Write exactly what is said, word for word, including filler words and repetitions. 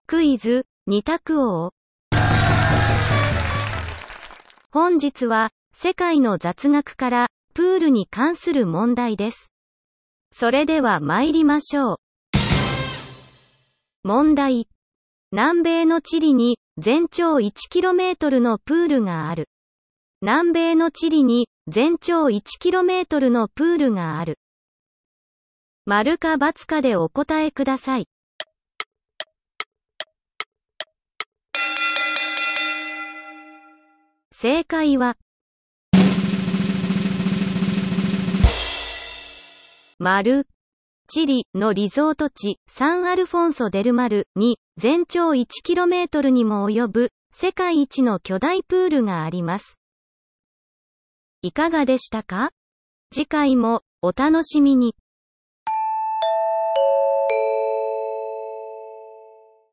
クイズ、二択王。本日は、世界の雑学から、プールに関する問題です。それでは参りましょう。問題。南米のチリに、全長 いちキロメートル のプールがある。南米のチリに、全長 いちキロメートル のプールがある。丸か×かでお答えください。正解は、丸。チリのリゾート地、サンアルフォンソ・デルマルに、全長 いちキロメートル にも及ぶ、世界一の巨大プールがあります。いかがでしたか？次回も、お楽しみに。